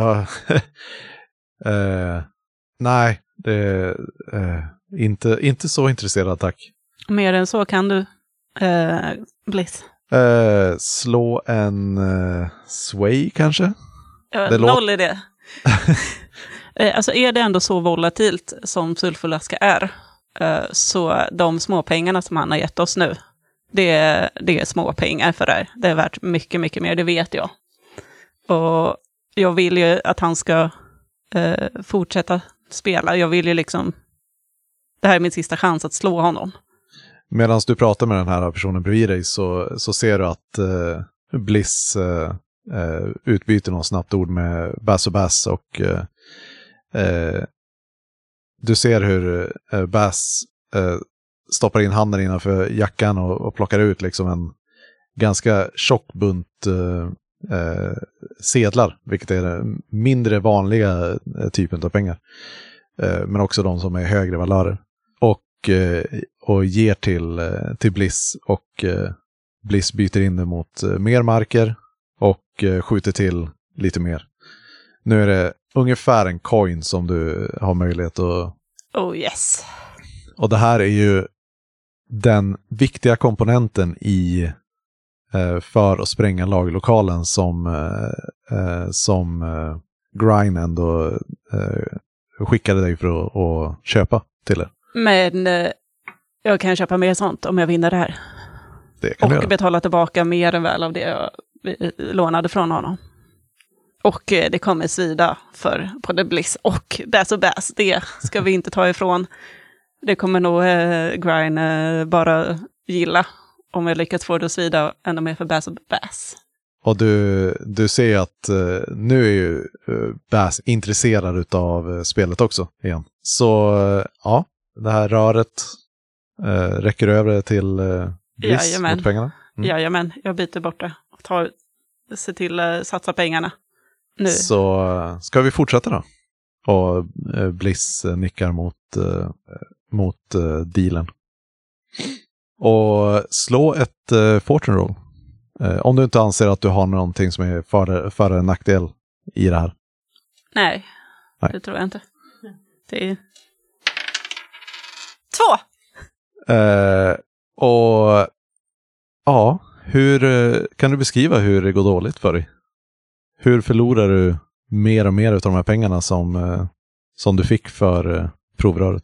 Nej, det inte så intresserad, tack. Mer än så kan du, Bliss. Slå en sway kanske? Noll i det. Alltså är det ändå så volatilt som sulfuraska är, så de småpengarna som han har gett oss nu, det är små pengar för det här. Det är värt mycket, mycket mer, det vet jag. Och jag vill ju att han ska fortsätta spela. Jag vill ju liksom, det här är min sista chans att slå honom. Medan du pratar med den här personen bredvid dig så ser du att Bliss utbyter något snabbt ord med Bass och Bass och du ser hur Bass stoppar in handen innanför jackan och plockar ut liksom en ganska tjock bunt sedlar, vilket är den mindre vanliga typen av pengar. Men också de som är högre valörer. Och ger till Bliss, och Bliss byter in det mot mer marker och skjuter till lite mer. Nu är det ungefär en coin som du har möjlighet att... Oh yes. Och det här är ju den viktiga komponenten i för att spränga lagerlokalen som Grind ändå skickade dig för att köpa till er. Men jag kan köpa mer sånt om jag vinner det här. Det kan och betala tillbaka mer än väl av det jag lånade från honom. Och det kommer svida för både Bliss och Bass och Bass. Det ska vi inte ta ifrån. Det kommer nog Grind bara gilla om jag lyckats få det att svida ännu mer för Bass och Bass. Och du ser att nu är ju Bass intresserad av spelet också igen. Så ja, det här röret räcker över till Bliss mot pengarna. Jajamän, jag byter bort det. Se till att satsa pengarna nu. Så ska vi fortsätta då? Och Bliss nickar mot dealen. Och slå ett fortune roll. Om du inte anser att du har någonting som är för en nackdel i det här. Nej, det tror jag inte. Det är 2! Och ja, hur kan du beskriva hur det går dåligt för dig? Hur förlorar du mer och mer av de här pengarna som du fick för provröret?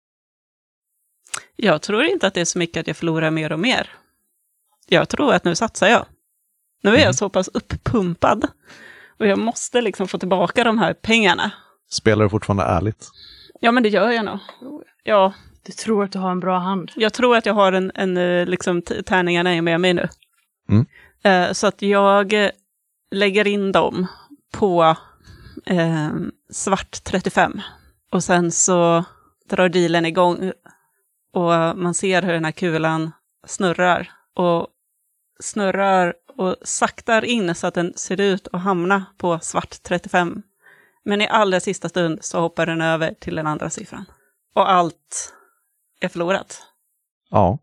Jag tror inte att det är så mycket att jag förlorar mer och mer. Jag tror att nu satsar jag. Nu är jag så pass uppumpad. Och jag måste liksom få tillbaka de här pengarna. Spelar du fortfarande ärligt? Ja, men det gör jag nog. Ja. Du tror att du har en bra hand? Jag tror att jag har en liksom tärningarna är med mig nu. Så att jag lägger in dem på svart 35. Och sen så drar dealen igång Och man ser hur den här kulan snurrar och saktar in så att den ser ut att hamna på svart 35. Men i allra sista stund så hoppar den över till den andra siffran. Och allt är förlorat. Ja.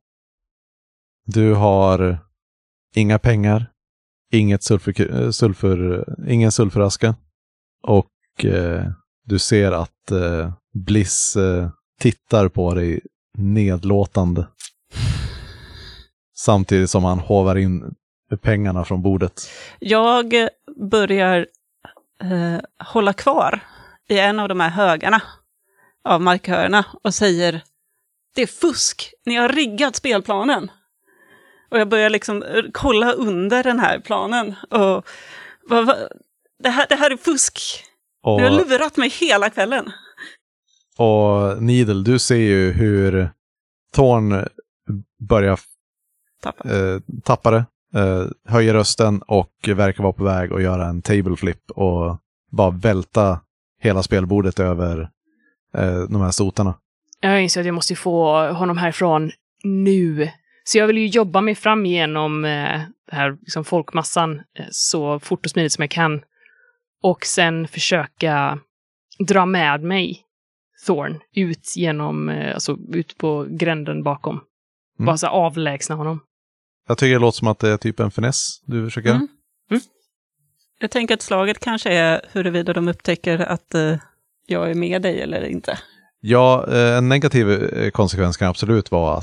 Du har inga pengar, ingen sulfuraska och du ser att Bliss tittar på dig nedlåtande. Samtidigt som han hovar in pengarna från bordet. Jag börjar hålla kvar i en av de här högarna av markörerna och säger: det är fusk, ni har riggat spelplanen. Och jag börjar liksom kolla under den här planen och det här är fusk. Och, du har lurat mig hela kvällen. Och Needle, du ser ju hur Thorn börjar tappa det, höjer rösten och verkar vara på väg att göra en table flip och bara välta hela spelbordet över de här sotarna. Jag inser att jag måste få honom härifrån nu. Så jag vill ju jobba mig fram genom det här liksom folkmassan så fort och smidigt som jag kan. Och sen försöka dra med mig Thorn ut genom, alltså ut på gränden bakom. Bara så avlägsna honom. Jag tycker det låter som att det är typ en finess du försöker. Jag tänker att slaget kanske är huruvida de upptäcker att jag är med dig eller inte. Ja, en negativ konsekvens kan absolut vara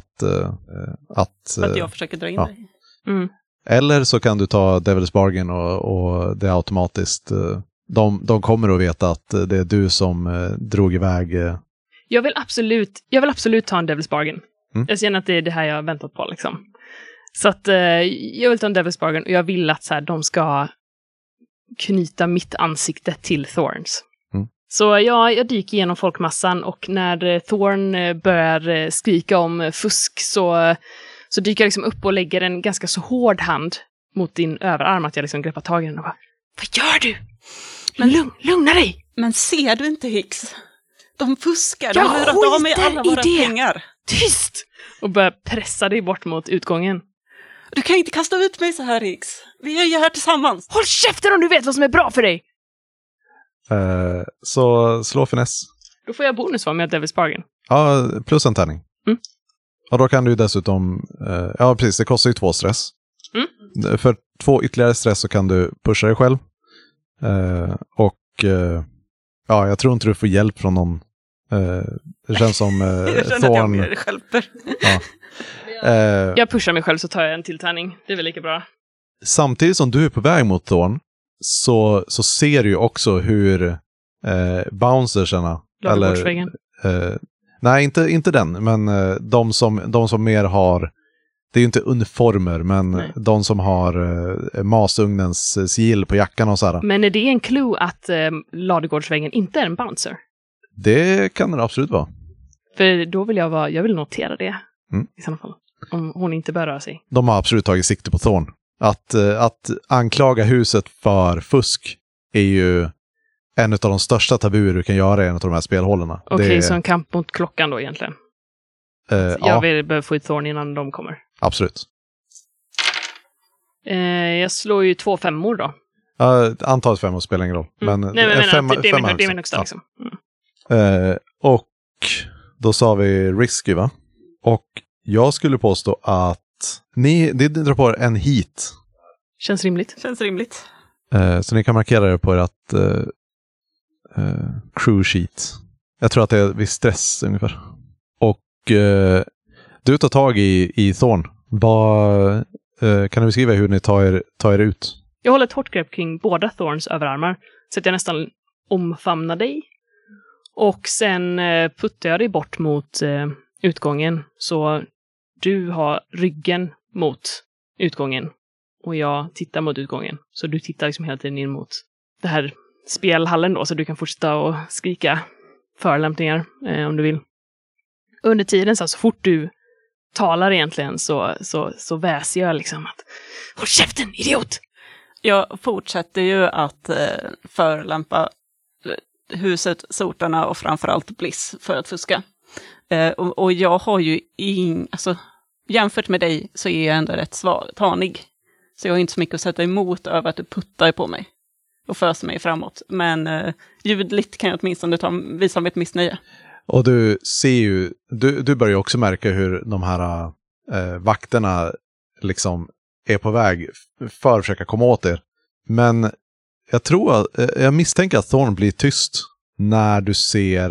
att jag försöker dra in dig. Eller så kan du ta Devil's Bargain och det är automatiskt. De kommer att veta att det är du som drog iväg. Jag vill absolut ta en Devil's Bargain. Jag känner att det är det här jag har väntat på liksom. Så att jag vill ta en Devil's Bargain och jag vill att så här, de ska knyta mitt ansikte till Thorns. Så jag dyker igenom folkmassan och när Thorn börjar skrika om fusk så dyker jag liksom upp och lägger en ganska så hård hand mot din överarm att jag liksom greppar tag i den och bara: vad gör du? Men lugna dig! Men ser du inte, Hicks? De fuskar, de har lurat av med alla våra pengar. Tyst! Och börjar pressa dig bort mot utgången. Du kan inte kasta ut mig så här, Hicks. Vi är ju här tillsammans. Håll käften om du vet vad som är bra för dig! Så slå finess. Då får jag bonus om jag har Devil's Bargain. Ja, plus en tärning. Och då kan du dessutom... ja, precis. Det kostar ju 2 stress. För 2 ytterligare stress så kan du pusha dig själv. Ja, jag tror inte du får hjälp från någon. Det känns som Thorn... Jag själper. Jag pushar mig själv så tar jag en till tärning. Det är väl lika bra. Samtidigt som du är på väg mot Thorn så ser du ju också hur bouncersarna Ladugårdsväggen. Nej, inte den, men de som mer har, det är ju inte uniformer, men de som har masugnens sigill på jackan och så här. Men är det en clue att Ladugårdsväggen inte är en bouncer? Det kan det absolut vara. För då vill jag vill notera det i sådana fall. Om hon inte bör röra sig. De har absolut tagit sikte på Thorn. Att anklaga huset för fusk är ju en av de största tabuer du kan göra i en av de här spelhållarna. Okej, så en kamp mot klockan då egentligen. Jag vill behöva få ut Thorn innan de kommer. Absolut. Jag slår ju 2 femmor då. Antalet 5 spelar ingen roll. Men det är min högsta liksom. Och då sa vi risky, va? Och jag skulle påstå att ni drar på en hit. Känns rimligt. Så ni kan markera det på ert crew sheet. Jag tror att det är vid stress ungefär. Och du tar tag i Thorn. Kan du beskriva hur ni tar er ut? Jag håller ett hårt grepp kring båda Thorns överarmar. Så att jag nästan omfamnar dig. Och sen puttar jag dig bort mot utgången. Så du har ryggen mot utgången. Och jag tittar mot utgången. Så du tittar liksom hela tiden in mot det här spelhallen då. Så du kan fortsätta och skrika förolämpningar om du vill. Under tiden så fort du talar egentligen så väser jag liksom att håll käften, idiot! Jag fortsätter ju att förolämpa huset, sotarna och framförallt Bliss för att fuska. Och jag har ju alltså, jämfört med dig så är jag ändå rätt tanig. Så jag har inte så mycket att sätta emot över att du puttar på mig och föser mig framåt. Men ljudligt kan jag åtminstone visa mitt missnöje. Och du ser ju, du börjar ju också märka hur de här vakterna liksom är på väg för att försöka komma åt er. Men jag misstänker att Thorn blir tyst när du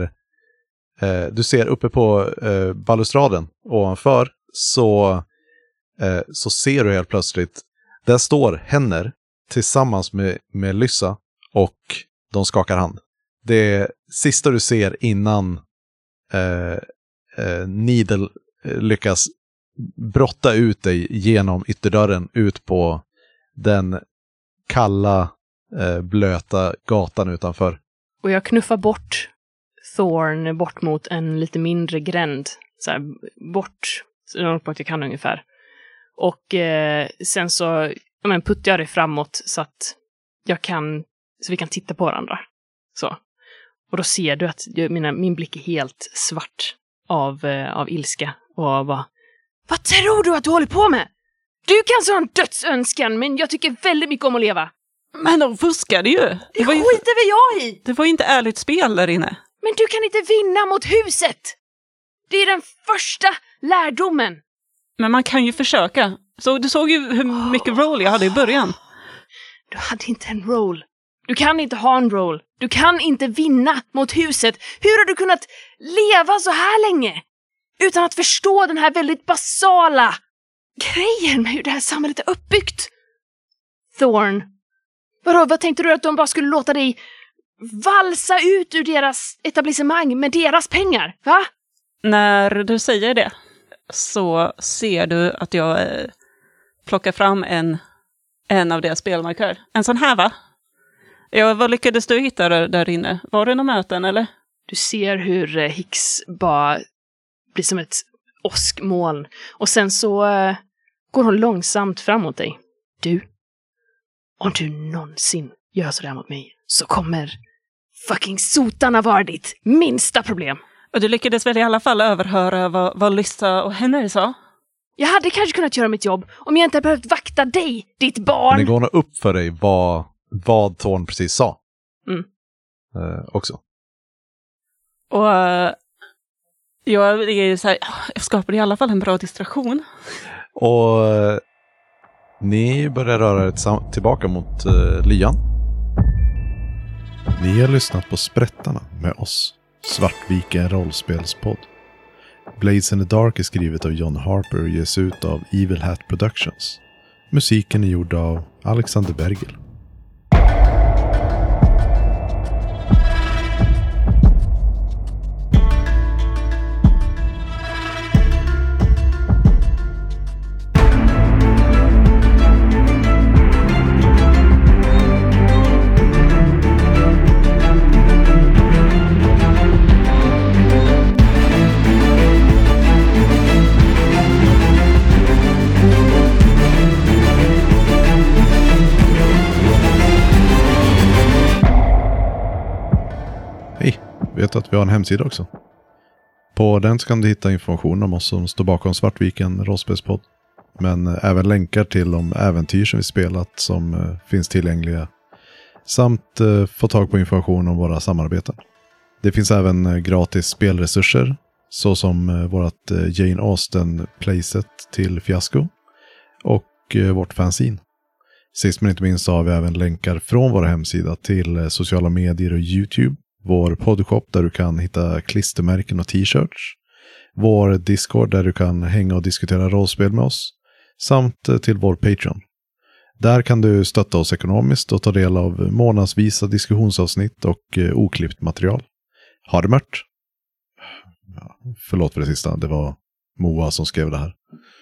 ser uppe på balustraden ovanför, så ser du helt plötsligt, där står Henner tillsammans med Lyssa och de skakar hand. Det sista du ser innan Needle lyckas brotta ut dig genom ytterdörren ut på den kalla, blöta gatan utanför. Och jag knuffar bort Thorn bort mot en lite mindre gränd. Så här, bort så långt bort jag kan ungefär. Och sen så puttar jag det framåt så att så vi kan titta på varandra. Så. Och då ser du att min blick är helt svart av ilska. Och bara, vad tror du att du håller på med? Du kan ha en dödsönskan, men jag tycker väldigt mycket om att leva. Men de fuskade ju. Det skiter väl jag i. Det var inte ärligt spel där inne. Men du kan inte vinna mot huset. Det är den första lärdomen. Men man kan ju försöka. Så du såg ju hur mycket roll jag hade i början. Du hade inte en roll. Du kan inte ha en roll. Du kan inte vinna mot huset. Hur har du kunnat leva så här länge? Utan att förstå den här väldigt basala grejen med hur det här samhället är uppbyggt. Thorn. Vad tänkte du att de bara skulle låta dig valsa ut ur deras etablissemang med deras pengar? Va? När du säger det så ser du att jag plockar fram en av deras spelmarkör. En sån här, va? Vad lyckades du hitta där inne? Var det någon möten, eller? Du ser hur Hicks bara blir som ett åskmoln. Och sen så går hon långsamt fram mot dig. Du, om du någonsin gör sådär mot mig så kommer fucking sotarna vara ditt minsta problem. Och du lyckades väl i alla fall överhöra vad Lyssa och Henner sa? Jag hade kanske kunnat göra mitt jobb om jag inte behövt vakta dig, ditt barn. Men det går nog upp för dig vad Thorn precis sa. Också. Och jag är så här, jag skapade i alla fall en bra distraktion. Och ni börjar röra er tillbaka mot lyan. Ni har lyssnat på Sprättarna med oss, Svartviken rollspelspodd. Blades in the Dark är skrivet av John Harper och ges ut av Evil Hat Productions. Musiken är gjord av Alexander Bergel. Vet att vi har en hemsida också. På den kan du hitta information om oss som står bakom Svartviken rollspelspodd. Men även länkar till de äventyr som vi spelat som finns tillgängliga. Samt få tag på information om våra samarbeten. Det finns även gratis spelresurser. Såsom vårt Jane Austen playset till Fiasko. Och vårt fanzine. Sist men inte minst så har vi även länkar från vår hemsida till sociala medier och YouTube. Vår poddshop där du kan hitta klistermärken och t-shirts. Vår Discord där du kan hänga och diskutera rollspel med oss. Samt till vår Patreon. Där kan du stötta oss ekonomiskt och ta del av månadsvisa diskussionsavsnitt och oklippt material. Ha det mört! Ja, förlåt för det sista, det var Moa som skrev det här.